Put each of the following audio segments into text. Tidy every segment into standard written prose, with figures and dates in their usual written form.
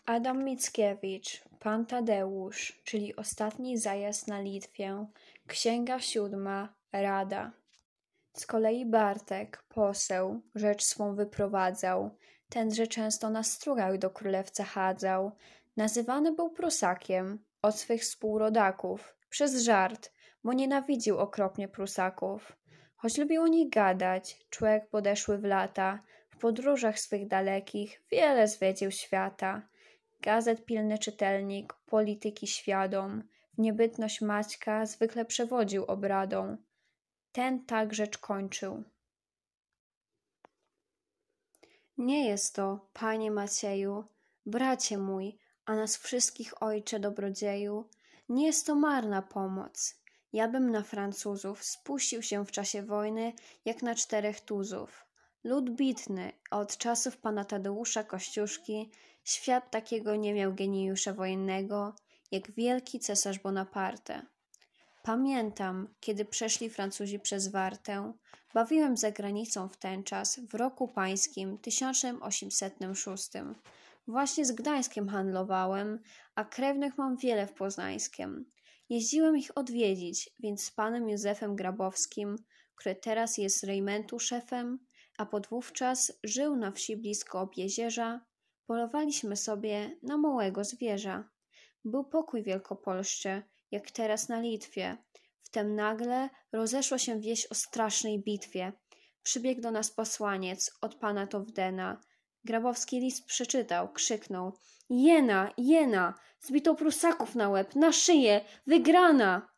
Adam Mickiewicz, Pan Tadeusz, czyli Ostatni zajazd na Litwię, Księga 7, Rada. Z kolei Bartek, poseł, rzecz swą wyprowadzał, tenże często na strugach do królewca chadzał. Nazywany był Prusakiem od swych współrodaków, przez żart, bo nienawidził okropnie Prusaków. Choć lubił o nich gadać, człowiek podeszły w lata, w podróżach swych dalekich wiele zwiedził świata. Gazet pilny czytelnik, polityki świadom, w niebytność Maćka zwykle przewodził obradą. Ten tak rzecz kończył. Nie jest to, panie Macieju, bracie mój, a nas wszystkich ojcze dobrodzieju, nie jest to marna pomoc. Ja bym na Francuzów spuścił się w czasie wojny jak na 4 tuzów. Lud bitny, a od czasów pana Tadeusza Kościuszki świat takiego nie miał geniusza wojennego, jak wielki cesarz Bonaparte. Pamiętam, kiedy przeszli Francuzi przez Wartę, bawiłem za granicą w ten czas, w roku pańskim 1806. Właśnie z Gdańskiem handlowałem, a krewnych mam wiele w Poznańskiem. Jeździłem ich odwiedzić, więc z panem Józefem Grabowskim, który teraz jest regimentu szefem, a podwówczas żył na wsi blisko Obiezierza, polowaliśmy sobie na małego zwierza. Był pokój w Wielkopolsce, jak teraz na Litwie. Wtem nagle rozeszła się wieść o strasznej bitwie. Przybiegł do nas posłaniec od pana Towdena. Grabowski list przeczytał, krzyknął: Jena, jena! Zbito Prusaków na łeb, na szyję! Wygrana!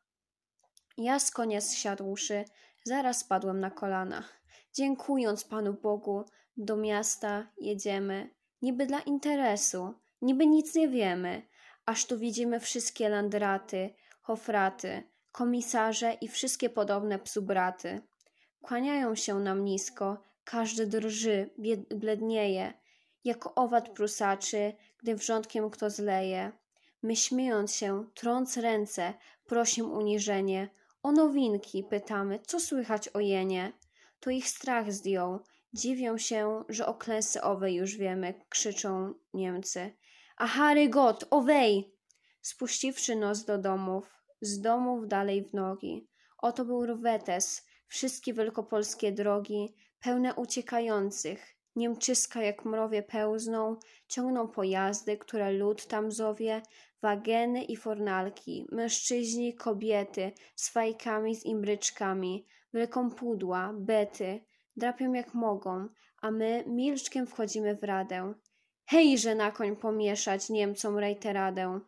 Ja z konia zsiadłszy, zaraz spadłem na kolana. Dziękując Panu Bogu, do miasta jedziemy. Niby dla interesu, niby nic nie wiemy. Aż tu widzimy wszystkie landraty, hofraty, komisarze i wszystkie podobne psubraty. Kłaniają się nam nisko, każdy drży, blednieje, jako owad prusaczy, gdy wrzątkiem kto zleje. My śmiejąc się, trąc ręce, prosim uniżenie. O nowinki pytamy, co słychać o jenie? To ich strach zdjął, dziwią się, że o klęsce owej już wiemy, krzyczą Niemcy. A Harry Gott, owej! Spuściwszy nos do domów, z domów dalej w nogi. Oto był Rwetes, wszystkie wielkopolskie drogi, pełne uciekających. Niemczyska jak mrowie pełzną, ciągną pojazdy, które lud tam zowie, wageny i fornalki, mężczyźni, kobiety, z fajkami, z imbryczkami, wielką pudła, bety, drapią jak mogą, a my milczkiem wchodzimy w radę. Hejże na koń pomieszać Niemcom rejteradę.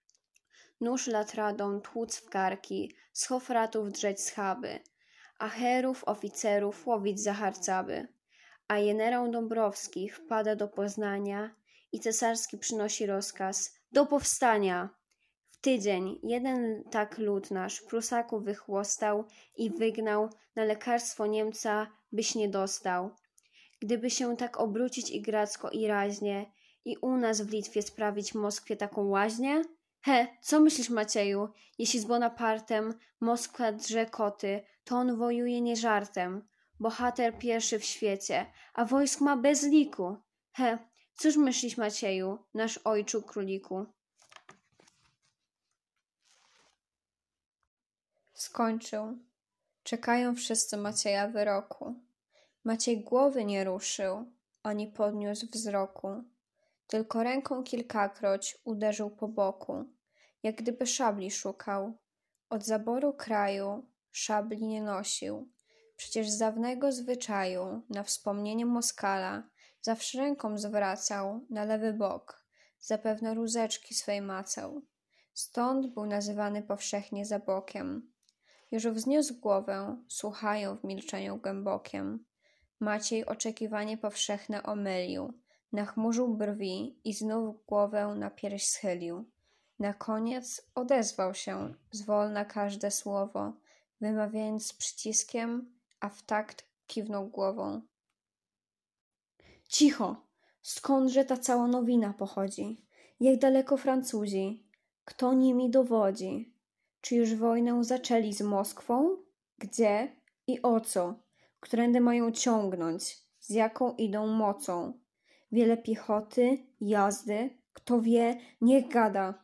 Nóż latradą tłuc w karki, z hofratów drzeć schaby, a herów, oficerów łowić za harcaby. A generał Dąbrowski wpada do Poznania i cesarski przynosi rozkaz do powstania. W tydzień jeden tak lud nasz Prusaków wychłostał i wygnał, na lekarstwo Niemca byś nie dostał. Gdyby się tak obrócić igracko i raźnie i u nas w Litwie sprawić Moskwie taką łaźnię? Co myślisz, Macieju? Jeśli z Bonapartem Moskwa drze koty, to on wojuje nie żartem. Bohater pierwszy w świecie, a wojsk ma bez liku. Cóż myślisz, Macieju, nasz ojczu króliku? Skończył. Czekają wszyscy Macieja wyroku. Maciej głowy nie ruszył, ani podniósł wzroku. Tylko ręką kilkakroć uderzył po boku, jak gdyby szabli szukał. Od zaboru kraju szabli nie nosił. Przecież z dawnego zwyczaju na wspomnienie Moskala zawsze ręką zwracał na lewy bok, zapewne rózeczki swej macał. Stąd był nazywany powszechnie Zabokiem. Już wzniósł głowę, słuchają w milczeniu głębokiem. Maciej oczekiwanie powszechne omylił, nachmurzył brwi i znów głowę na pierś schylił. Na koniec odezwał się, zwolna każde słowo, wymawiając z przyciskiem, a w takt kiwnął głową. Cicho! Skądże ta cała nowina pochodzi? Jak daleko Francuzi? Kto nimi dowodzi? Czy już wojnę zaczęli z Moskwą? Gdzie i o co? Którędy mają ciągnąć? Z jaką idą mocą? Wiele piechoty, jazdy, Kto wie, niech gada.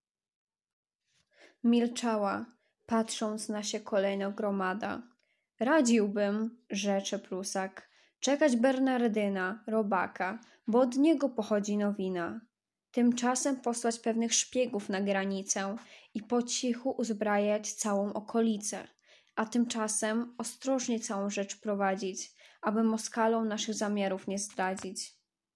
Milczała, patrząc na się kolejno gromada. Radziłbym, rzecze Prusak, czekać Bernardyna, robaka, bo od niego pochodzi nowina. Tymczasem posłać pewnych szpiegów na granicę i po cichu uzbrajać całą okolicę, a tymczasem ostrożnie całą rzecz prowadzić, aby Moskalom naszych zamiarów nie zdradzić.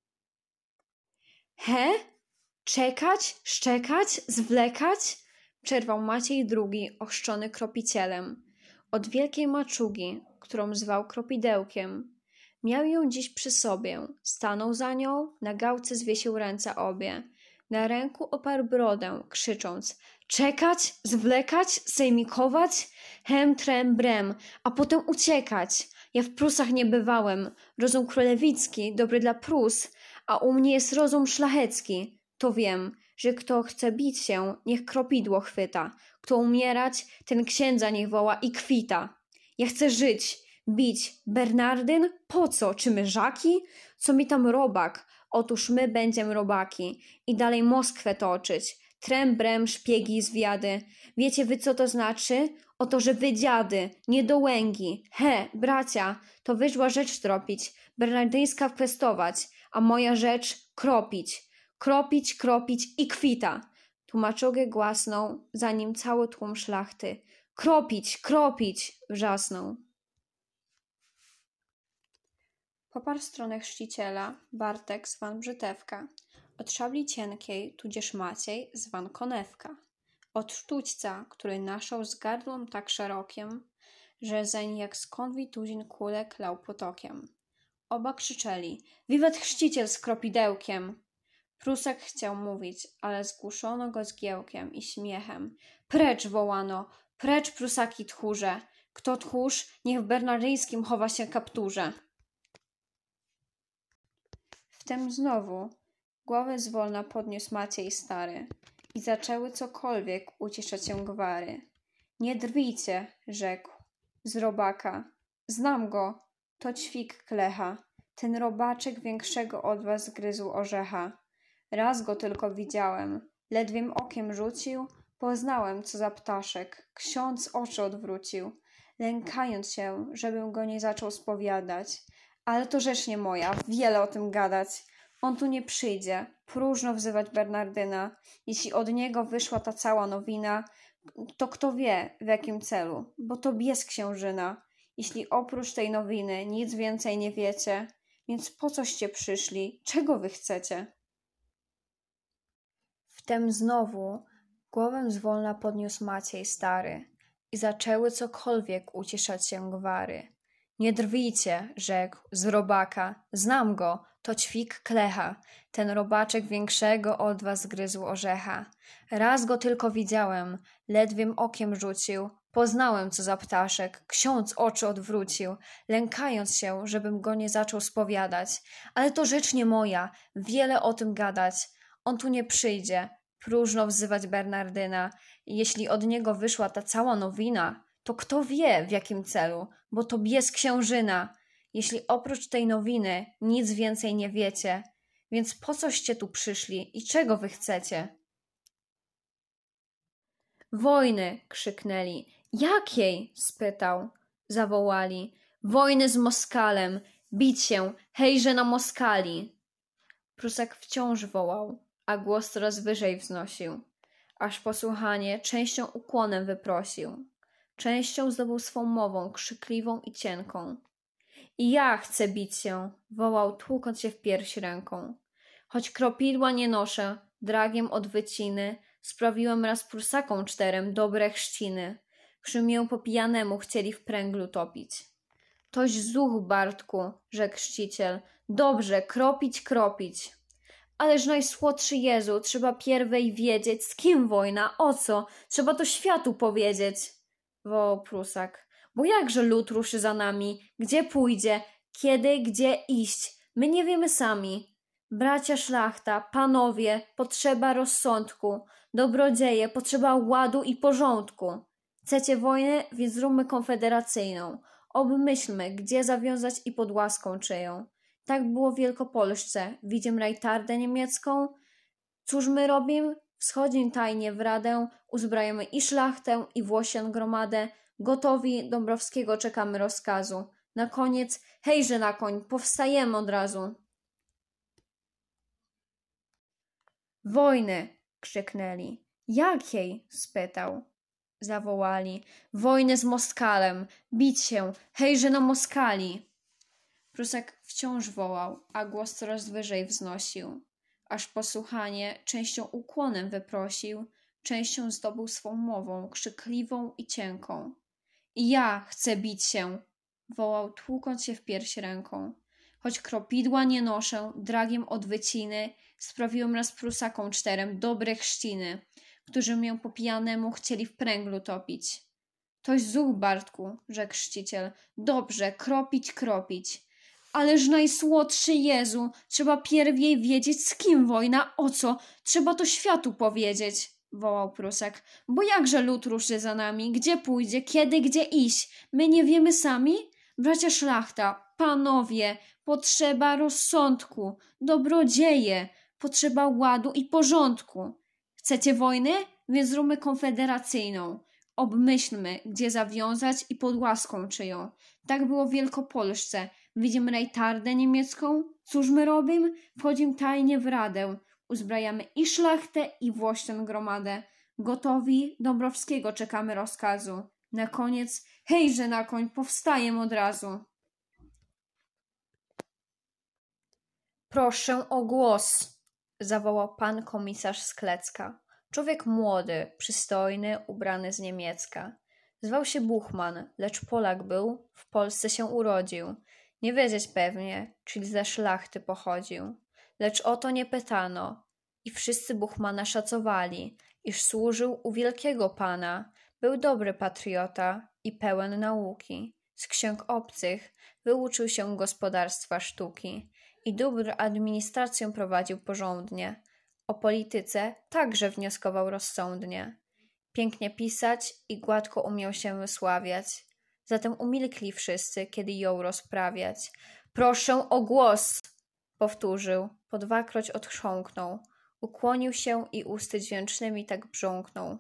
He? Czekać? Szczekać? Zwlekać? Przerwał Maciej II, ochrzczony kropicielem. Od wielkiej maczugi, którą zwał kropidełkiem. Miał ją dziś przy sobie, stanął za nią, na gałce zwiesił ręce obie. Na ręku oparł brodę, krzycząc: czekać, zwlekać, sejmikować, hem, trem, brem, a potem uciekać. Ja w Prusach nie bywałem, rozum królewicki, dobry dla Prus, a u mnie jest rozum szlachecki. To wiem, że kto chce bić się, niech kropidło chwyta. Kto umierać, ten księdza niech woła i kwita. Ja chcę żyć, bić. Bernardyn? Po co? Czy my żaki? Co mi tam robak? Otóż my będziem robaki. I dalej Moskwę toczyć. Trem, brem, szpiegi i zwiady. Wiecie wy, co to znaczy? Oto, że wy dziady, niedołęgi. He, bracia, to wyszła rzecz tropić, bernardyńska kwestować, a moja rzecz kropić. Kropić, kropić i kwita. Tłumaczogę głasnął, za nim cały tłum szlachty. Kropić, kropić! Wrzasnął. Poparł stronę chrzciciela Bartek zwan Brzytewka. Od szabli cienkiej, tudzież Maciej zwan Konewka. Od sztućca, który naszał z gardłem tak szerokiem, że zeń jak z konwi tuzin kulek lał potokiem. Oba krzyczeli: wiwat chrzciciel z kropidełkiem! Prusak chciał mówić, ale zgłuszono go zgiełkiem i śmiechem. Precz wołano, precz Prusaki tchórze! Kto tchórz, niech w bernardyńskim chowa się kapturze. Wtem znowu głowę zwolna podniósł Maciej stary i zaczęły cokolwiek uciszać się gwary. Nie drwijcie, rzekł, z robaka. Znam go, to ćwik klecha. Ten robaczek większego od was zgryzł orzecha. Raz go tylko widziałem, ledwiem okiem rzucił, poznałem, co za ptaszek. Ksiądz oczy odwrócił, lękając się, żebym go nie zaczął spowiadać. Ale to rzecz nie moja, wiele o tym gadać. On tu nie przyjdzie, próżno wzywać Bernardyna. Jeśli od niego wyszła ta cała nowina, to kto wie, w jakim celu, bo to bies księżyna. Jeśli oprócz tej nowiny nic więcej nie wiecie, więc po coście przyszli, czego wy chcecie? Wtem znowu głowę zwolna podniósł Maciej stary i zaczęły cokolwiek uciszać się gwary. Nie drwijcie, rzekł, z robaka. Znam go, to ćwik klecha. Ten robaczek większego od was zgryzł orzecha. Raz go tylko widziałem, ledwiem okiem rzucił. Poznałem, co za ptaszek. Ksiądz oczy odwrócił, lękając się, żebym go nie zaczął spowiadać. Ale to rzecz nie moja, wiele o tym gadać. On tu nie przyjdzie, próżno wzywać Bernardyna. Jeśli od niego wyszła ta cała nowina, to kto wie, w jakim celu, bo to bies księżyna. Jeśli oprócz tej nowiny nic więcej nie wiecie, więc po coście tu przyszli i czego wy chcecie? Wojny! Krzyknęli. Jakiej? Spytał. Zawołali. Wojny z Moskalem! Bić się! Hejże na Moskali! Prusak wciąż wołał, a głos coraz wyżej wznosił, aż posłuchanie częścią ukłonem wyprosił. Częścią zdobył swą mową krzykliwą i cienką. I ja chcę bić się, wołał, tłukąc się w piersi ręką. Choć kropidła nie noszę, dragiem od wyciny, sprawiłem raz Prusakom 4 dobre chrzciny, którzy mię po pijanemu chcieli w pręglu topić. Toś zuch, Bartku, rzekł chrzciciel, dobrze, kropić, kropić. Ależ najsłodszy Jezu, trzeba pierwej wiedzieć, z kim wojna, o co, trzeba to światu powiedzieć, wołał Prusak. Bo jakże lud ruszy za nami, gdzie pójdzie, kiedy, gdzie iść, my nie wiemy sami. Bracia szlachta, panowie, potrzeba rozsądku, dobrodzieje, potrzeba ładu i porządku. Chcecie wojny, więc zróbmy konfederacyjną. Obmyślmy, gdzie zawiązać i pod łaską czyją. Tak było w Wielkopolsce. Widzimy rajtardę niemiecką, Cóż my robimy? Wschodzimy tajnie w radę, uzbrajamy i szlachtę, i włościan gromadę. Gotowi, Dąbrowskiego czekamy rozkazu. Na koniec, hejże na koń, powstajemy od razu. Wojnę! Krzyknęli. Jakiej? Spytał. Zawołali. Wojnę z Moskalem! Bić się! Hejże na Moskali! Prusek wciąż wołał, a głos coraz wyżej wznosił. Aż posłuchanie częścią ukłonem wyprosił, częścią zdobył swą mową, krzykliwą i cienką. I ja chcę bić się! Wołał, tłukąc się w pierś ręką. Choć kropidła nie noszę, dragiem od wyciny, sprawiłem raz Prusakom 4 dobre chrzciny, którzy mię po pijanemu chcieli w pręglu topić. Toś zuch, Bartku, rzekł chrzciciel, dobrze, kropić, kropić. Ależ najsłodszy Jezu, trzeba pierwiej wiedzieć, z kim wojna, o co, trzeba to światu powiedzieć, wołał Prusek. Bo jakże lud ruszy za nami, gdzie pójdzie, kiedy, gdzie iść, my nie wiemy sami? Bracia szlachta, panowie, potrzeba rozsądku, dobrodzieje, potrzeba ładu i porządku. Chcecie wojny? Więc zróbmy konfederacyjną. Obmyślmy, gdzie zawiązać i pod łaską czyją. Tak było w Wielkopolsce. Widzimy rejtardę niemiecką? Cóż my robimy? Wchodzimy tajnie w radę. Uzbrajamy i szlachtę, i włościan gromadę. Gotowi, Dąbrowskiego czekamy rozkazu. Na koniec, hejże na koń, powstajem od razu. Proszę o głos, zawołał pan komisarz z Klecka. Człowiek młody, przystojny, ubrany z niemiecka. Zwał się Buchman, lecz Polak był, w Polsce się urodził. Nie wiedzieć pewnie, czyli ze szlachty pochodził. Lecz o to nie pytano i wszyscy Buchmana szacowali, iż służył u wielkiego pana. Był dobry patriota i pełen nauki. Z ksiąg obcych wyuczył się gospodarstwa sztuki i dóbr administrację prowadził porządnie. O polityce także wnioskował rozsądnie. Pięknie pisać i gładko umiał się wysławiać. Zatem umilkli wszyscy, kiedy jął rozprawiać. Proszę o głos! Powtórzył, po 2-kroć odchrząknął. Ukłonił się i usty dźwięcznymi tak brząknął.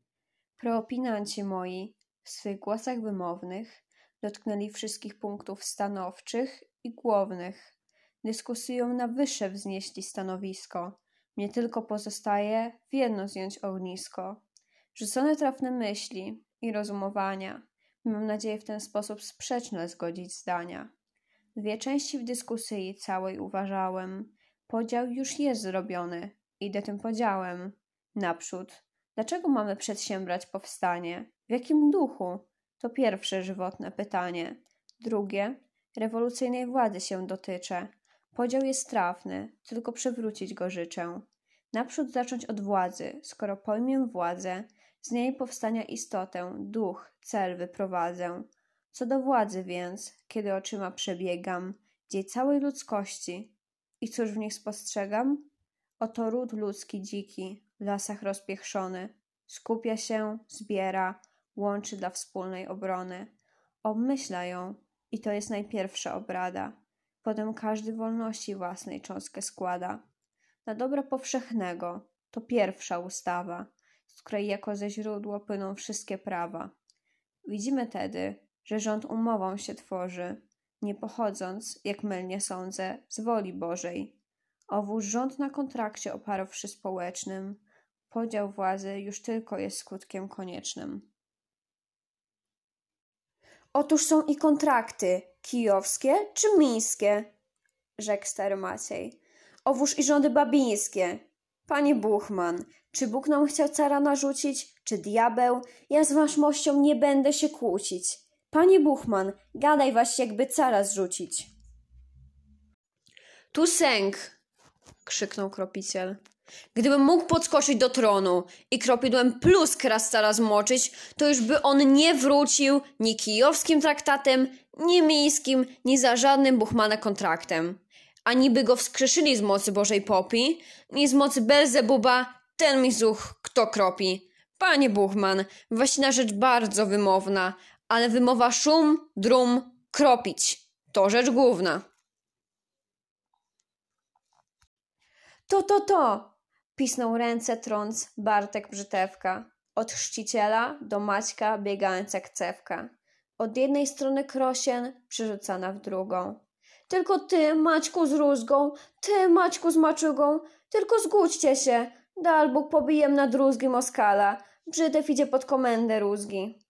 Preopinanci moi, w swych głosach wymownych dotknęli wszystkich punktów stanowczych i głównych. Dyskusyją na wyższe wznieśli stanowisko. Mnie tylko pozostaje w jedno zjąć ognisko. Rzucone trafne myśli i rozumowania. Mam nadzieję w ten sposób sprzeczne zgodzić zdania. 2 części w dyskusji całej uważałem. Podział już jest zrobiony. Idę tym podziałem. Naprzód. Dlaczego mamy przedsiębrać powstanie? W jakim duchu? To pierwsze żywotne pytanie. Drugie. Rewolucyjnej władzy się dotyczy. Podział jest trafny, tylko przewrócić go życzę. Naprzód zacząć od władzy, skoro pojmę władzę, z niej powstania istotę, duch, cel wyprowadzę. Co do władzy więc, kiedy oczyma przebiegam, dziej całej ludzkości. I cóż w nich spostrzegam? Oto ród ludzki dziki, w lasach rozpiechrzony, skupia się, zbiera, łączy dla wspólnej obrony. Obmyśla ją i to jest najpierwsza obrada. Potem każdy wolności własnej cząstkę składa. Na dobra powszechnego to pierwsza ustawa, z której jako ze źródła płyną wszystkie prawa. Widzimy tedy, że rząd umową się tworzy, nie pochodząc, jak mylnie sądzę, z woli Bożej. Owóż rząd na kontrakcie oparłszy społecznym, podział władzy już tylko jest skutkiem koniecznym. Otóż są i kontrakty, kijowskie czy mińskie, rzekł stary Maciej. Owóż i rządy babińskie. Panie Buchman, czy Bóg nam chciał cara narzucić, czy diabeł? Ja z waszmością nie będę się kłócić. Panie Buchman, gadaj was jakby cara zrzucić. Tu sęk, krzyknął kropiciel. Gdybym mógł podskoczyć do tronu i kropidłem plusk raz cara zmoczyć, to już by on nie wrócił ni kijowskim traktatem, ni mińskim, ni za żadnym Buchmana kontraktem. Ani by go wskrzeszyli z mocy Bożej Popi, ni z mocy Belzebuba, ten mi zuch kto kropi. Panie Buchman, właścina rzecz bardzo wymowna, ale wymowa szum, drum, kropić. To rzecz główna. To. Pisnął ręce trąc Bartek Brzytewka. Od chrzciciela do Maćka biegając jak cewka. Od jednej strony krosien przerzucana w drugą. Tylko ty, Maćku z rózgą, ty, Maćku z maczugą, tylko zgódźcie się, dal Bóg pobijem na druzgi Moskala. Brzytew idzie pod komendę rózgi.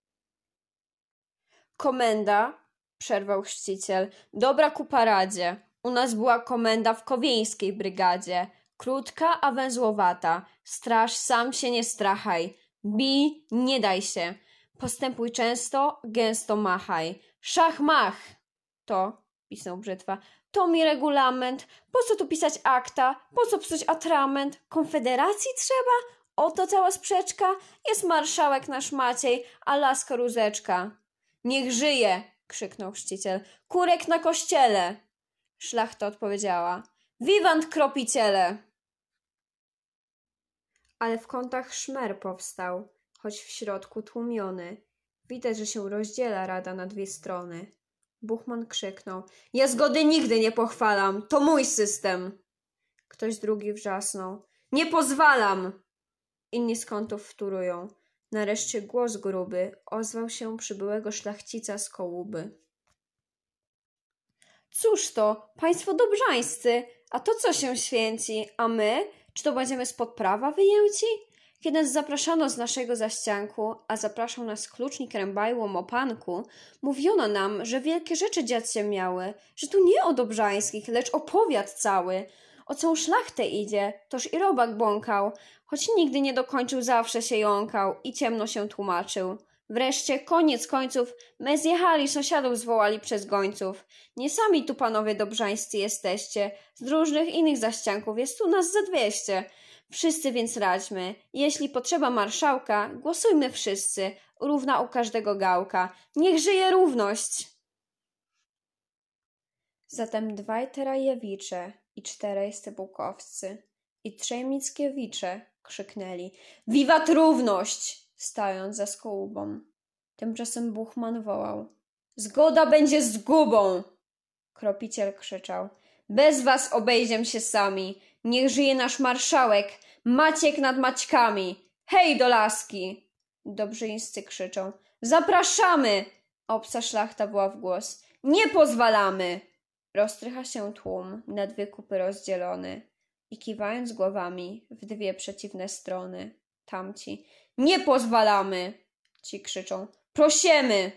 Komenda, przerwał chrzciciel, dobra ku paradzie. U nas była komenda w kowieńskiej brygadzie. Krótka, a węzłowata. Straż, sam się nie strachaj. Bij, nie daj się. Postępuj często, gęsto machaj. Szach mach! To, pisnął Brzytwa, to mi regulament. Po co tu pisać akta? Po co psuć atrament? Konfederacji trzeba? Oto cała sprzeczka. Jest marszałek nasz Maciej, a laska Rózeczka. Niech żyje! Krzyknął chrzciciel. Kurek na kościele! Szlachta odpowiedziała. Wiwant kropiciele! Ale w kątach szmer powstał, choć w środku tłumiony. Widać, że się rozdziela rada na dwie strony. Buchman krzyknął. Ja zgody nigdy nie pochwalam, to mój system. Ktoś drugi wrzasnął. Nie pozwalam! Inni z kątów wtórują. Nareszcie głos gruby ozwał się przybyłego szlachcica z Kołuby. Cóż to, państwo dobrzańscy, a to co się święci, a my, czy to będziemy spod prawa wyjęci? Kiedy zapraszano z naszego zaścianku, a zapraszał nas klucznik Rębajło Mopanku, mówiono nam, że wielkie rzeczy dziać się miały, że tu nie o dobrzańskich, lecz o powiat cały. O całą szlachtę idzie, toż i robak bąkał, choć nigdy nie dokończył, zawsze się jąkał i ciemno się tłumaczył. Wreszcie, koniec końców, my zjechali, sąsiadów zwołali przez gońców. Nie sami tu panowie dobrzańscy jesteście, z różnych innych zaścianków jest tu nas ze 200. Wszyscy więc radźmy, jeśli potrzeba marszałka, głosujmy wszyscy, równa u każdego gałka. Niech żyje równość! Zatem 2 Terajewicze i 4 Stybułkowscy i 3 Mickiewicze krzyknęli Wiwat równość! Stając za Skołubą. Tymczasem Buchman wołał Zgoda będzie zgubą! Kropiciel krzyczał Bez was obejdziem się sami! Niech żyje nasz marszałek! Maciek nad Maćkami! Hej do laski! Dobrzyńscy krzyczą Zapraszamy! Obca szlachta woła w głos Nie pozwalamy! Roztrycha się tłum na 2 kupy rozdzielony i kiwając głowami w 2 przeciwne strony. Tamci Nie pozwalamy! Ci krzyczą Prosiemy!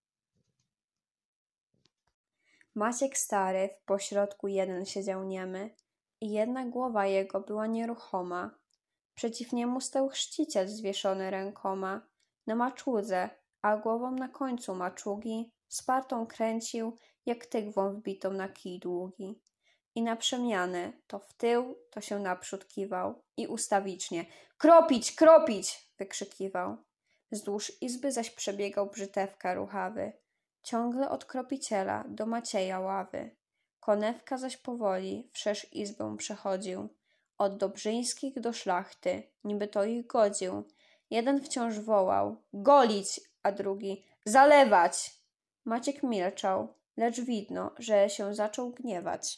Maciek stary w pośrodku jeden siedział niemy i jedna głowa jego była nieruchoma. Przeciw niemu stał chrzciciel zwieszony rękoma na maczudze, a głową na końcu maczugi spartą kręcił, jak tygwą wbitą na kij długi. I na przemianę to w tył, to się naprzód kiwał i ustawicznie kropić, kropić! Wykrzykiwał. Wzdłuż izby zaś przebiegał Brzytewka ruchawy, ciągle od kropiciela do Macieja ławy. Konewka zaś powoli wszerz izbę przechodził, od Dobrzyńskich do szlachty, niby to ich godził. Jeden wciąż wołał golić, a drugi zalewać. Maciek milczał, lecz widno, że się zaczął gniewać.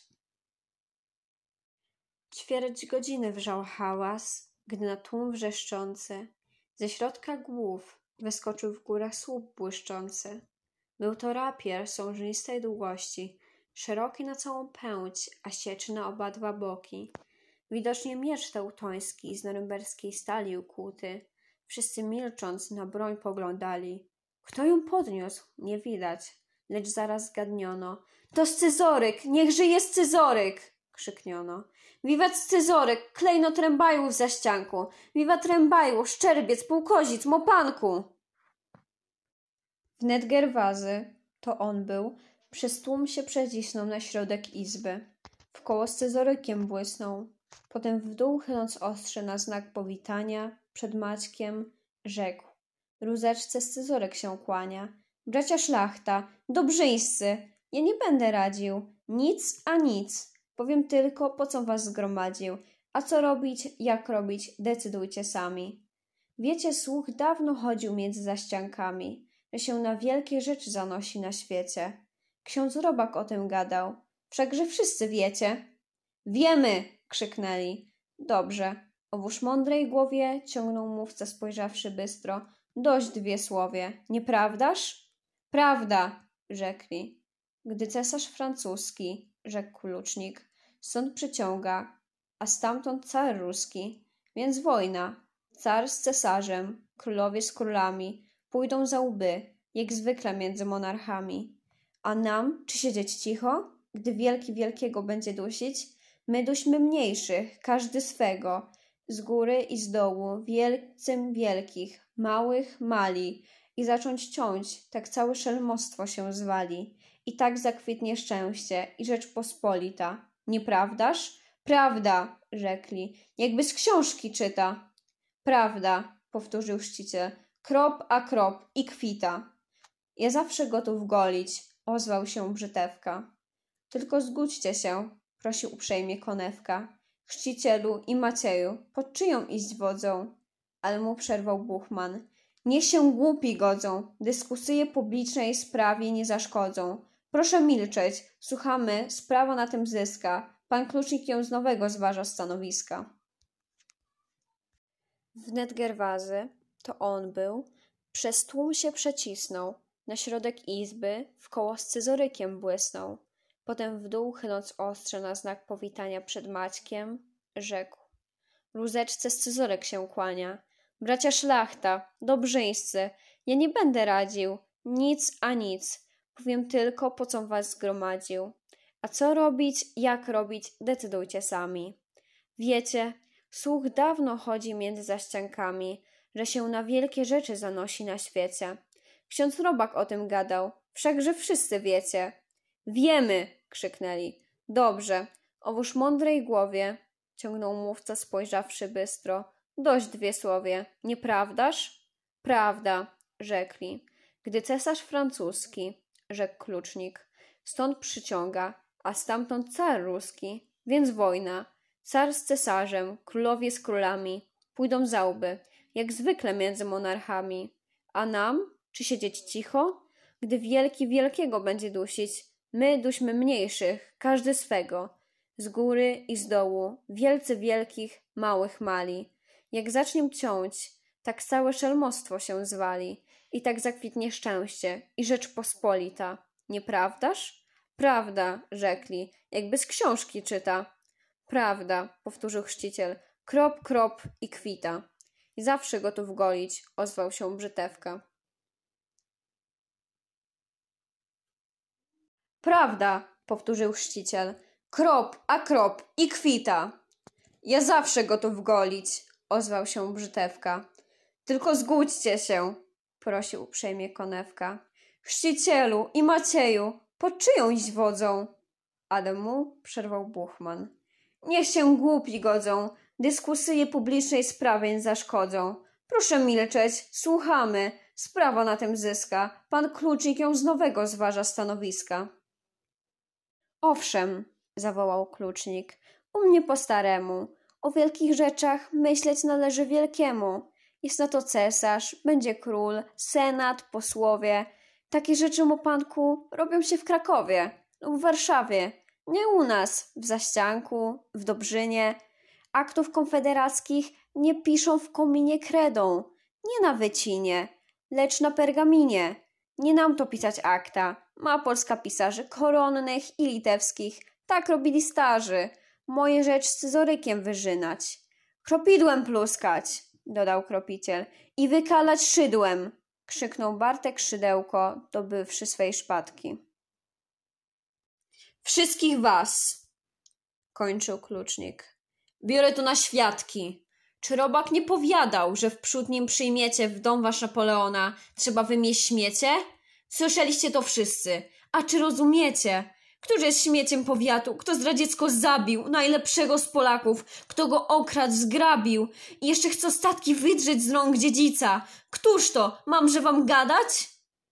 1/4 wrzał hałas, gdy na tłum wrzeszczący ze środka głów wyskoczył w górach słup błyszczący. Był to rapier sążnistej długości, szeroki na całą pędź, a sieczy na oba 2 boki. Widocznie miecz teutoński z norymberskiej stali ukłuty. Wszyscy milcząc na broń poglądali. Kto ją podniósł? Nie widać, lecz zaraz zgadniono. To Scyzoryk! Niech żyje Scyzoryk! Krzykniono. Wiwat Scyzoryk! Klejnot Rębajłów w zaścianku! Wiwat Rębajło, Szczerbiec, Półkozic, Mopanku! Wnet Gerwazy, to on był, przez tłum się przecisnął na środek izby. Wkoło Scyzorykiem błysnął. Potem w dół chyląc ostrze na znak powitania przed Maćkiem rzekł. Rózeczce Scyzoryk się kłania. Bracia szlachta, dobrzyńscy, ja nie będę radził. Nic a nic. Powiem tylko, po co was zgromadził. A co robić, jak robić, decydujcie sami. Wiecie, słuch dawno chodził między zaściankami, że się na wielkie rzeczy zanosi na świecie. Ksiądz Robak o tym gadał. Wszakże wszyscy wiecie. Wiemy! Krzyknęli. Dobrze. Owóż mądrej głowie, ciągnął mówca, spojrzawszy bystro. Dość 2 słowie, nieprawdaż? Prawda, rzekli. Gdy cesarz francuski, rzekł klucznik, stąd przyciąga, a stamtąd car ruski, więc wojna. Car z cesarzem, królowie z królami, pójdą za łby, jak zwykle między monarchami. A nam, czy siedzieć cicho, gdy wielki wielkiego będzie dusić? My duśmy mniejszych, każdy swego, z góry i z dołu, wielcym wielkich, małych mali, i zacząć ciąć, tak całe szelmostwo się zwali. I tak zakwitnie szczęście i Rzeczpospolita. Nieprawdaż? Prawda, rzekli, jakby z książki czyta. Prawda, powtórzył chrzciciel, krop a krop i kwita. Ja zawsze gotów golić, ozwał się Brzytewka. Tylko zgódźcie się, prosił uprzejmie Konewka. Chrzcicielu i Macieju, pod czyją iść wodzą? Ale mu przerwał Buchman. Niech się głupi godzą, dyskusje publicznej sprawie nie zaszkodzą. Proszę milczeć, słuchamy, sprawa na tym zyska. Pan klucznik ją z nowego zważa stanowiska. Wnet Gerwazy, to on był, przez tłum się przecisnął, na środek izby wkoło scyzorykiem błysnął. Potem w dół, chyląc ostrze na znak powitania przed Maćkiem, rzekł. Rózeczce scyzorek się kłania. Bracia szlachta, dobrzyńscy, ja nie będę radził, nic a nic. Powiem tylko, po com was zgromadził. A co robić, jak robić, decydujcie sami. Wiecie, słuch dawno chodzi między zaściankami, że się na wielkie rzeczy zanosi na świecie. Ksiądz Robak o tym gadał, wszakże wszyscy wiecie. Wiemy, krzyknęli. Dobrze, owóż mądrej głowie, ciągnął mówca, spojrzawszy bystro. Dość 2 słowie, nieprawdaż? Prawda, rzekli. Gdy cesarz francuski, rzekł klucznik, stąd przyciąga, a stamtąd car ruski, więc wojna. Car z cesarzem, królowie z królami, pójdą za łby, jak zwykle między monarchami. A nam, czy siedzieć cicho? Gdy wielki wielkiego będzie dusić, my duśmy mniejszych, każdy swego, z góry i z dołu, wielcy wielkich, małych mali. Jak zaczniem ciąć, tak całe szelmostwo się zwali i tak zakwitnie szczęście i Rzeczpospolita. Nieprawdaż? Prawda, rzekli, jakby z książki czyta. Prawda, powtórzył chrzciciel, krop, krop i kwita. I zawsze gotów golić, ozwał się Brzytewka. Prawda, powtórzył chrzciciel, krop a krop i kwita. Ja zawsze gotów golić, ozwał się Brzytewka. Tylko zgódźcie się, prosił uprzejmie Konewka. Chrzcicielu i Macieju, pod czyją iść wodzą? Ale mu przerwał Buchman. Niech się głupi godzą, dyskusje publicznej sprawie nie zaszkodzą. Proszę milczeć, słuchamy, sprawa na tym zyska. Pan klucznik ją z nowego zważa stanowiska. Owszem, zawołał klucznik, u mnie po staremu. O wielkich rzeczach myśleć należy wielkiemu. Jest na to cesarz, będzie król, senat, posłowie. Takie rzeczy, mu panku, robią się w Krakowie lub w Warszawie. Nie u nas, w Zaścianku, w Dobrzynie. Aktów konfederackich nie piszą w kominie kredą, nie na wycinie, lecz na pergaminie. Nie nam to pisać akta. Ma Polska pisarzy koronnych i litewskich. Tak robili starzy. Moje rzecz scyzorykiem wyżynać. Kropidłem pluskać, dodał kropiciel. I wykalać szydłem, krzyknął Bartek Szydełko, dobywszy swej szpadki. Wszystkich was, kończył klucznik. Biorę to na świadki. Czy Robak nie powiadał, że wprzód nim przyjmiecie w dom wasz Napoleona, trzeba wymieść śmiecie? Słyszeliście to wszyscy. A czy rozumiecie? Któż jest śmieciem powiatu? Kto zdradziecko zabił najlepszego z Polaków? Kto go okradł, zgrabił? I jeszcze chce statki wydrzeć z rąk dziedzica? Któż to? Mamże wam gadać?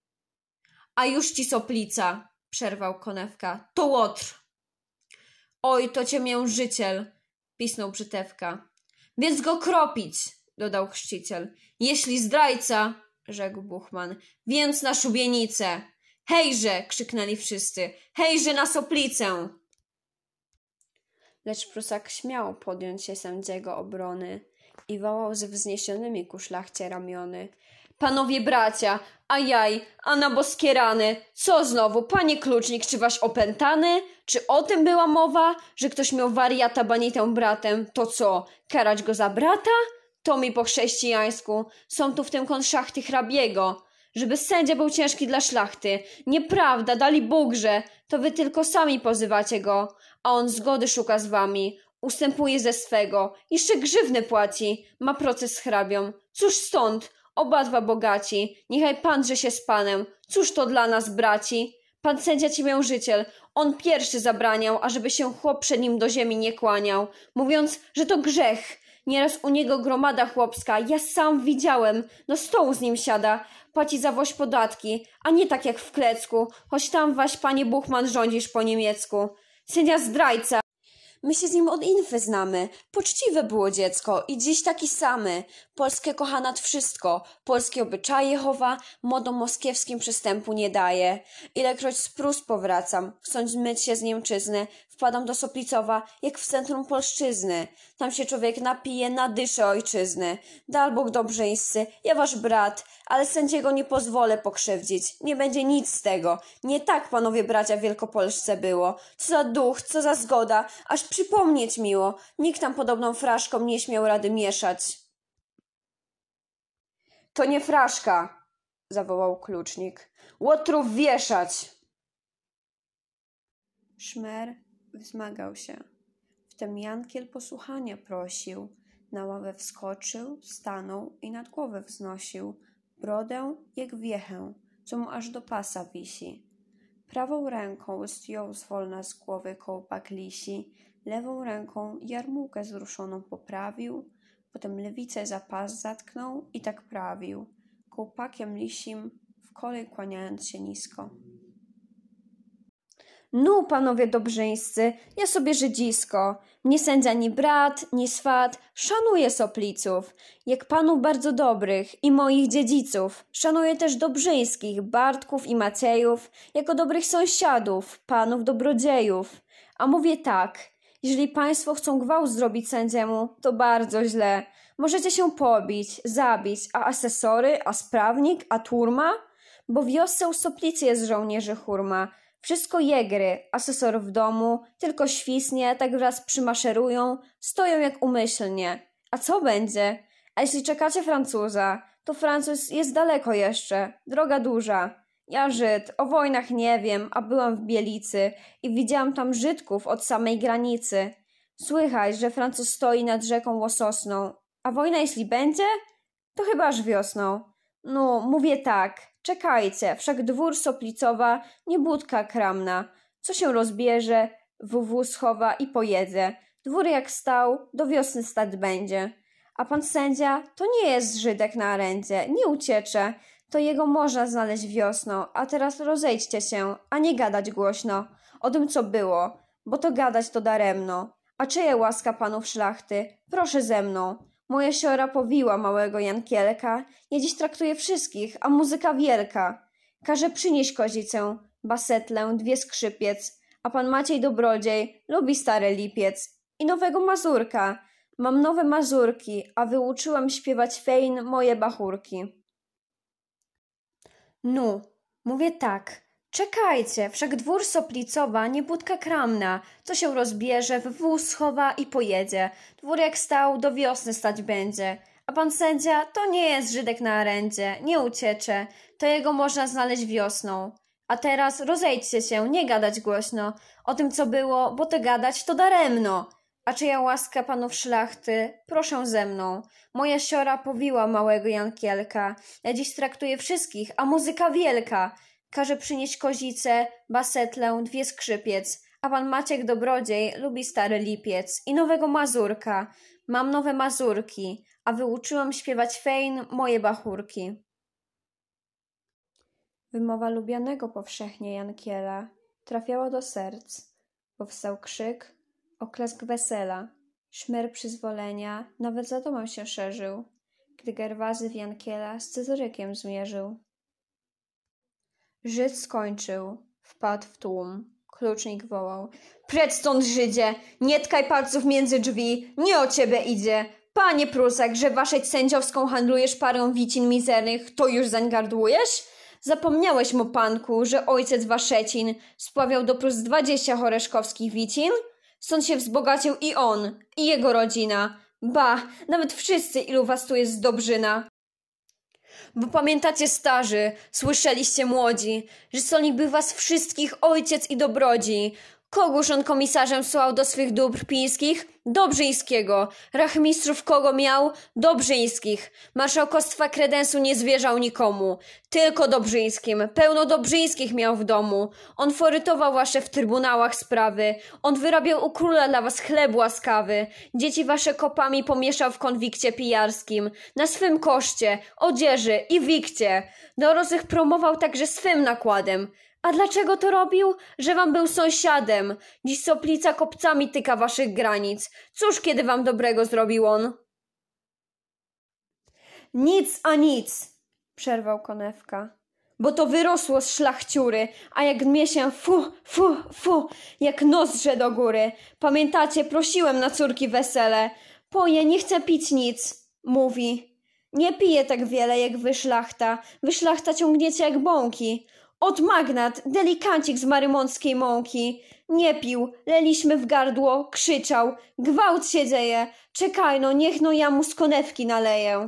A już ci soplica, przerwał Konewka. To Łotr. Oj, to cię miężyciel, pisnął Brzytewka. Więc go kropić, dodał chrzciciel. Jeśli zdrajca, rzekł Buchman, więc na szubienicę. Hejże, krzyknęli wszyscy, hejże na soplicę. Lecz Prusak śmiał podjąć się sędziego obrony i wołał ze wzniesionymi ku szlachcie ramiony. Panowie bracia, ajaj, a na boskie rany, co znowu, panie klucznik, czy waś opętany? Czy o tym była mowa, że ktoś miał wariata banitę bratem, to co, karać go za brata? To mi po chrześcijańsku, są tu w tym kąt szachty hrabiego, żeby sędzia był ciężki dla szlachty. Nieprawda, dali Bógrze, to wy tylko sami pozywacie go, a on zgody szuka z wami, ustępuje ze swego, jeszcze grzywny płaci, ma proces z hrabią. Cóż stąd? Obadwa bogaci, niechaj panże się z panem, cóż to dla nas, braci? Pan sędzia ci mężyciel, on pierwszy zabraniał, ażeby się chłop przed nim do ziemi nie kłaniał, mówiąc, że to grzech. Nieraz u niego gromada chłopska, ja sam widziałem, do stołu z nim siada, płaci za woź podatki, a nie tak jak w Klecku, choć tam waś panie Buchman rządzisz po niemiecku. Sędzia zdrajca. My się z nim od infy znamy. Poczciwe było dziecko i dziś taki samy. Polskie kocha nad wszystko. Polskie obyczaje chowa, modom moskiewskim przystępu nie daje. Ilekroć z Prus powracam, chcąc myć się z Niemczyzny, wpadam do Soplicowa, jak w centrum Polszczyzny. Tam się człowiek napije, nadysze ojczyzny. Dal Bóg dobrzeńscy, ja wasz brat, ale sędziego nie pozwolę pokrzywdzić. Nie będzie nic z tego. Nie tak, panowie bracia, w Wielkopolsce było. Co za duch, co za zgoda, aż przypomnieć miło. Nikt tam podobną fraszką nie śmiał rady mieszać. To nie fraszka, zawołał klucznik. Łotrów wieszać. Szmer wzmagał się. Wtem Jankiel posłuchania prosił. Na ławę wskoczył, stanął i nad głowę wznosił brodę jak wiechę, co mu aż do pasa wisi. Prawą ręką zdjął zwolna z głowy kołpak lisi, lewą ręką jarmułkę wzruszoną poprawił, potem lewicę za pas zatknął i tak prawił, kołpakiem lisim w kolej kłaniając się nisko. No, panowie dobrzyńscy, ja sobie żydzisko. Nie sędzia ni brat, ni swat, szanuję Sopliców, jak panów bardzo dobrych i moich dziedziców. Szanuję też dobrzyńskich, Bartków i Maciejów, jako dobrych sąsiadów, panów dobrodziejów. A mówię tak, jeżeli państwo chcą gwałt zrobić sędziemu, to bardzo źle. Możecie się pobić, zabić, a asesory, a sprawnik, a turma? Bo w wiosce u Soplicy jest żołnierzy hurma. Wszystko jegry, asesor w domu, tylko świsnie, tak wraz przymaszerują, stoją jak umyślnie. A co będzie? A jeśli czekacie Francuza, to Francuz jest daleko jeszcze, droga duża. Ja Żyd, o wojnach nie wiem, a byłam w Bielicy i widziałam tam Żydków od samej granicy. Słychać, że Francuz stoi nad rzeką Łososną. A wojna jeśli będzie? To chyba aż wiosną. No, mówię tak, czekajcie, wszak dwór Soplicowa nie budka kramna. Co się rozbierze, WW schowa i pojedzie. Dwór jak stał, do wiosny stać będzie. A pan sędzia to nie jest Żydek na arendzie, nie uciecze. To jego można znaleźć wiosną, a teraz rozejdźcie się, a nie gadać głośno o tym, co było, bo to gadać to daremno. A czyje łaska panów szlachty? Proszę ze mną. Moja siora powiła małego Jankielka, ja dziś traktuję wszystkich, a muzyka wielka. Każe przynieść kozicę, basetlę, 2 skrzypiec, a pan Maciej Dobrodziej lubi stary lipiec. I nowego mazurka. Mam nowe mazurki, a wyuczyłam śpiewać fejn moje bachórki. No, mówię tak. Czekajcie, wszak dwór Soplicowa nie budka kramna, co się rozbierze, w wóz schowa i pojedzie. Dwór jak stał, do wiosny stać będzie. A pan sędzia to nie jest Żydek na arendzie, nie uciecze, to jego można znaleźć wiosną. A teraz rozejdźcie się, nie gadać głośno o tym, co było, bo to gadać to daremno. A czyja łaska panów szlachty? Proszę ze mną. Moja siora powiła małego Jankielka, ja dziś traktuję wszystkich, a muzyka wielka. Każe przynieść kozicę, basetlę, 2 skrzypiec, a pan Maciek Dobrodziej lubi stary lipiec i nowego mazurka. Mam nowe mazurki, a wyuczyłam śpiewać fejn moje bachórki. Wymowa lubianego powszechnie Jankiela trafiała do serc. Powstał krzyk, oklask wesela, szmer przyzwolenia nawet za domem się szerzył, gdy Gerwazy w Jankiela z Cezorykiem zmierzył. Żyd skończył, wpadł w tłum. Klucznik wołał: Precz stąd, Żydzie! Nie tkaj palców między drzwi! Nie o ciebie idzie! Panie Prusek, że waszeć sędziowską handlujesz parę wicin mizernych, to już zań gardłujesz? Zapomniałeś mu, panku, że ojciec waszecin spławiał do Prus 20 horeszkowskich wicin? Stąd się wzbogacił i on, i jego rodzina. Ba, nawet wszyscy, ilu was tu jest z Dobrzyna. Bo pamiętacie, starzy, słyszeliście, młodzi, że stolnik był was wszystkich ojciec i dobrodzi. Kogóż on komisarzem słał do swych dóbr pińskich? Dobrzyńskiego. Rachmistrzów kogo miał? Dobrzyńskich. Marszałkostwa kredensu nie zwierzał nikomu. Tylko Dobrzyńskim. Pełno Dobrzyńskich miał w domu. On forytował wasze w trybunałach sprawy. On wyrabiał u króla dla was chleb łaskawy. Dzieci wasze kopami pomieszał w konwikcie pijarskim. Na swym koszcie, odzieży i wikcie. Dorosłych promował także swym nakładem. A dlaczego to robił? Że wam był sąsiadem. Dziś Soplica kopcami tyka waszych granic. Cóż kiedy wam dobrego zrobił on? Nic a nic, przerwał Konewka. Bo to wyrosło z szlachciury, a jak dmie się fu, jak nozdrze do góry. Pamiętacie, prosiłem na córki wesele. Poje, nie chcę pić nic, mówi. Nie piję tak wiele jak wy szlachta ciągniecie jak bąki. Od magnat, delikancik z marymonckiej mąki. Nie pił, leliśmy w gardło, krzyczał. Gwałt się dzieje, czekaj no, niech no ja mu z konewki naleję.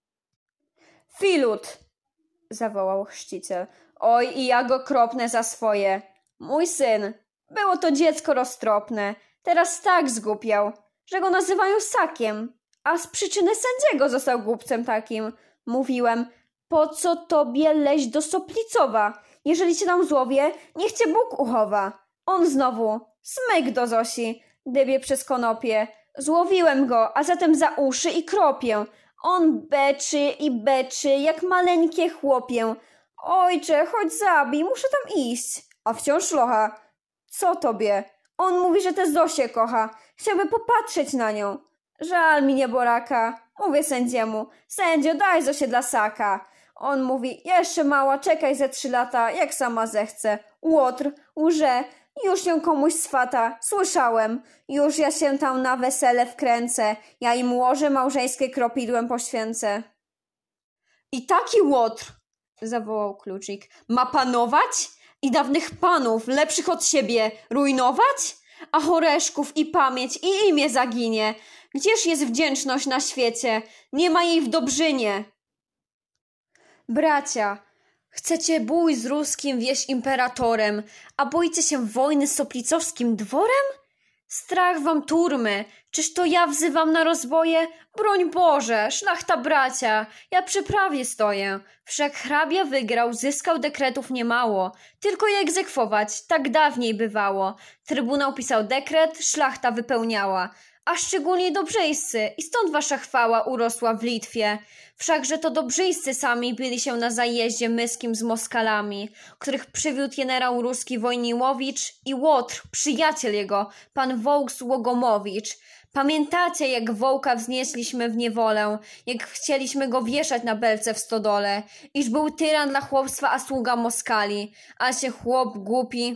Filut, zawołał chrzciciel. Oj, i ja go kropnę za swoje. Mój syn, było to dziecko roztropne. Teraz tak zgłupiał, że go nazywają sakiem. A z przyczyny sędziego został głupcem takim. Mówiłem, po co tobie leźć do Soplicowa? Jeżeli cię tam złowię, niech cię Bóg uchowa. On znowu, smyk do Zosi, dybie przez konopie. Złowiłem go, a zatem za uszy i kropię. On beczy i beczy, jak maleńkie chłopie. Ojcze, chodź zabij, muszę tam iść. A wciąż locha. Co tobie? On mówi, że tę Zosię kocha. Chciałby popatrzeć na nią. Żal mi nieboraka. Mówię sędziemu. Sędzio, daj Zosię dla saka. On mówi, jeszcze mała, czekaj ze 3 lata, jak sama zechce. Łotr, łże, już ją komuś swata, słyszałem. Już ja się tam na wesele wkręcę, ja im łoże małżeńskie kropidłem poświęcę. I taki łotr, zawołał Kluczyk, ma panować? I dawnych panów, lepszych od siebie, rujnować? A Horeszków i pamięć i imię zaginie. Gdzież jest wdzięczność na świecie? Nie ma jej w Dobrzynie. Bracia, chcecie bój z ruskim wieść imperatorem, a boicie się wojny z soplicowskim dworem? Strach wam turmy, czyż to ja wzywam na rozboje? Broń Boże, szlachta bracia, ja przy prawie stoję. Wszak hrabia wygrał, zyskał dekretów niemało, tylko je egzekwować, tak dawniej bywało. Trybunał pisał dekret, szlachta wypełniała. A szczególnie Dobrzyńscy i stąd wasza chwała urosła w Litwie. Wszakże to Dobrzyńscy sami byli się na zajeździe myskim z Moskalami, których przywiódł generał ruski Wojniłowicz i Łotr, przyjaciel jego, pan Wołk Łogomowicz. Pamiętacie, jak Wołka wznieśliśmy w niewolę, jak chcieliśmy go wieszać na belce w stodole, iż był tyran dla chłopstwa, a sługa Moskali, a się chłop głupi...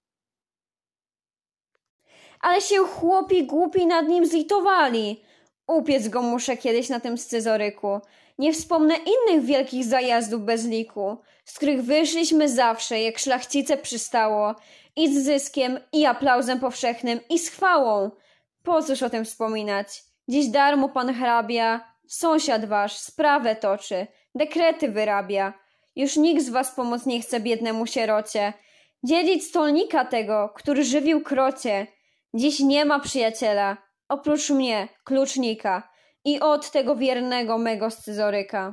Ale się chłopi głupi nad nim zlitowali. Upiec go muszę kiedyś na tym scyzoryku. Nie wspomnę innych wielkich zajazdów bez liku, z których wyszliśmy zawsze, jak szlachcice przystało, i z zyskiem, i aplauzem powszechnym, i z chwałą. Po cóż o tym wspominać? Dziś darmo pan hrabia, sąsiad wasz sprawę toczy, dekrety wyrabia. Już nikt z was pomoc nie chce biednemu sierocie. Dziedzic stolnika tego, który żywił krocie. Dziś nie ma przyjaciela, oprócz mnie, klucznika i od tego wiernego mego scyzoryka.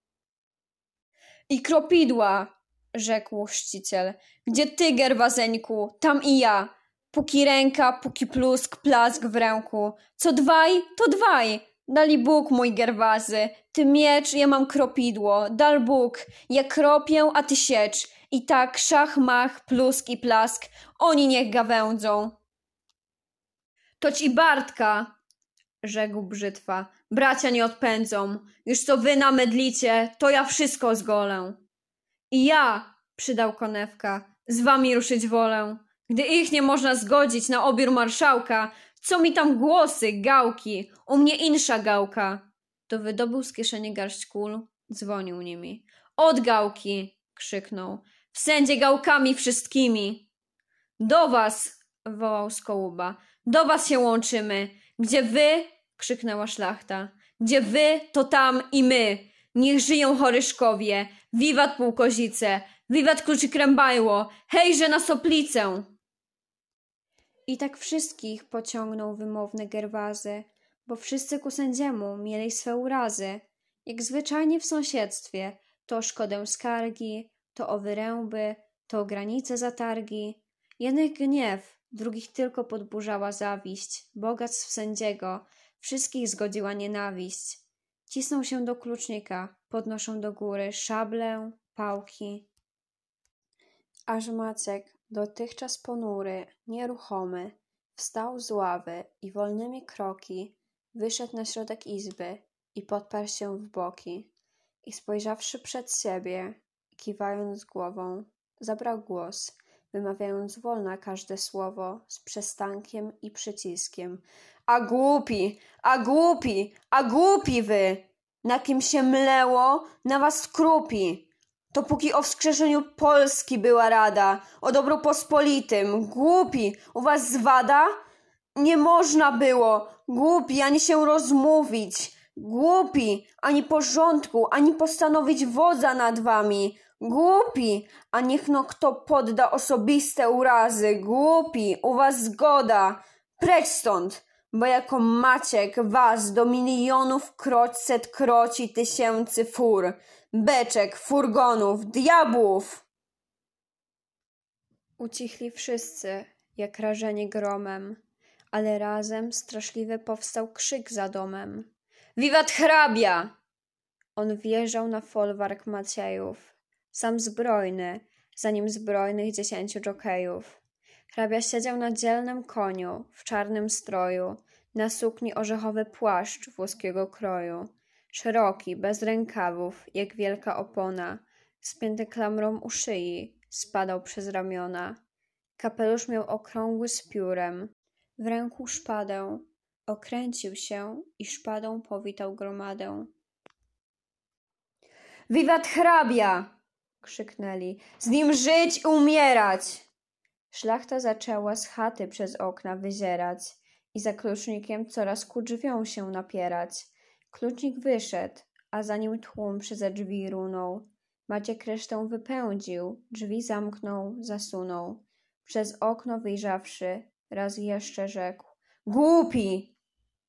I kropidła, rzekł chrzciciel, gdzie ty, Gerwazeńku, tam i ja. Póki ręka, póki plusk, plask w ręku. Co dwaj, to dwaj. Dali Bóg, mój Gerwazy, ty miecz, ja mam kropidło. Dal Bóg, ja kropię, a ty siecz. I tak szach, mach, plusk i plask, oni niech gawędzą. Toć i Bartka, rzekł Brzytwa, bracia nie odpędzą. Już co wy namydlicie, to ja wszystko zgolę. I ja, przydał Konewka, z wami ruszyć wolę. Gdy ich nie można zgodzić na obiór marszałka, Co mi tam głosy, gałki? U mnie insza gałka. To wydobył z kieszeni garść kul, dzwonił nimi. Od gałki! Krzyknął. W sędzie gałkami wszystkimi! Do was! Wołał Skołuba. Do was się łączymy! Gdzie wy? Krzyknęła szlachta. Gdzie wy, to tam i my! Niech żyją Choryszkowie! Wiwat Pułkozice! Wiwat Kluczyk Rębajło! Hejże na Soplicę! I tak wszystkich pociągnął wymowny Gerwazy, bo wszyscy ku sędziemu mieli swe urazy. Jak zwyczajnie w sąsiedztwie, to o szkodę skargi, to o wyręby, to o granice zatargi. Jednych gniew, drugich tylko podburzała zawiść, bogactw sędziego, wszystkich zgodziła nienawiść. Cisną się do klucznika, podnoszą do góry szable, pałki. Aż Maciek, dotychczas ponury, nieruchomy, wstał z ławy i wolnymi kroki wyszedł na środek izby i podparł się w boki. I spojrzawszy przed siebie, kiwając głową, zabrał głos, wymawiając wolna każde słowo z przestankiem i przyciskiem. A głupi, a głupi, a głupi wy! Na kim się mleło, na was skrupi! To póki o wskrzeszeniu Polski była rada, o dobru pospolitym, głupi, u was zwada? Nie można było, głupi, ani się rozmówić, głupi, ani porządku, ani postanowić wodza nad wami, głupi, a niech no kto podda osobiste urazy, głupi, u was zgoda, precz stąd, bo jako Maciek was do milionów kroćset kroci tysięcy fur, beczek, furgonów, diabłów. Ucichli wszyscy, jak rażeni gromem, ale razem straszliwy powstał krzyk za domem. Wiwat hrabia! On wjeżdżał na folwark Maciejów, sam zbrojny, za nim zbrojnych 10 dżokejów. Hrabia siedział na dzielnym koniu, w czarnym stroju, na sukni orzechowy płaszcz włoskiego kroju. Szeroki, bez rękawów, jak wielka opona, spięty klamrą u szyi, spadał przez ramiona. Kapelusz miał okrągły z piórem, w ręku szpadę, okręcił się i szpadą powitał gromadę. Wiwat hrabia! Krzyknęli. Z nim żyć i umierać! Szlachta zaczęła z chaty przez okna wyzierać i za klucznikiem coraz ku drzwiom się napierać. Klucznik wyszedł, a za nim tłum przeze drzwi runął. Maciek resztę wypędził, drzwi zamknął, zasunął. Przez okno wyjrzawszy, raz jeszcze rzekł. Głupi!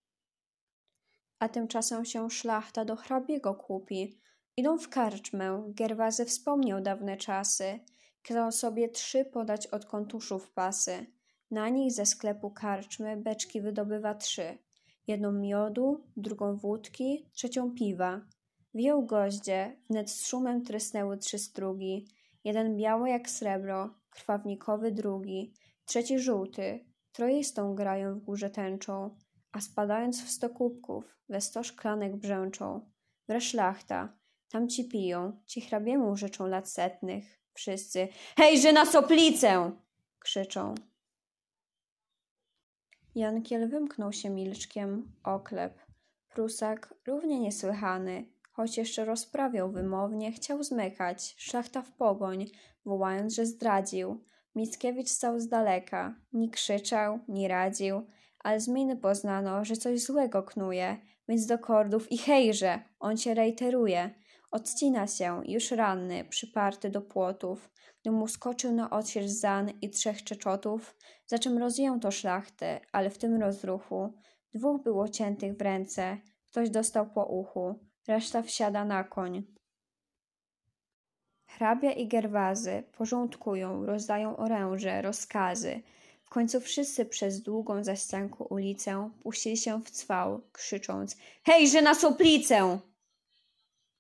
A tymczasem się szlachta do hrabiego kupi. Idą w karczmę, Gerwazy wspomniał dawne czasy. Kazał sobie 3 podać od kontuszów pasy. Na nich ze sklepu karczmy beczki wydobywa 3. Jedną miodu, drugą wódki, trzecią piwa. Wieł goździe, wnet z szumem trysnęły 3 strugi. Jeden biały jak srebro, krwawnikowy drugi, trzeci żółty. 3 z tą grają w górze tęczą, a spadając w 100 kubków, we 100 szklanek brzęczą. Wre szlachta, tam ci piją, ci hrabiemu życzą lat setnych. Wszyscy, hejże na Soplicę! Krzyczą. Jankiel wymknął się milczkiem, oklep. Prusak, równie niesłychany, choć jeszcze rozprawiał wymownie, chciał zmykać, szlachta w pogoń, wołając, że zdradził. Mickiewicz stał z daleka, ni krzyczał, ni radził, ale z miny poznano, że coś złego knuje, więc do kordów i hejże, on się rejteruje. Odcina się, już ranny, przyparty do płotów, gdy mu skoczył na odsiecz Zan i 3 czeczotów, za czym rozjął szlachtę, ale w tym rozruchu 2 było ciętych w ręce, ktoś dostał po uchu, reszta wsiada na koń. Hrabia i Gerwazy porządkują, rozdają oręże, rozkazy. W końcu wszyscy przez długą zaścianku ulicę puścili się w cwał, krzycząc hejże na Soplicę!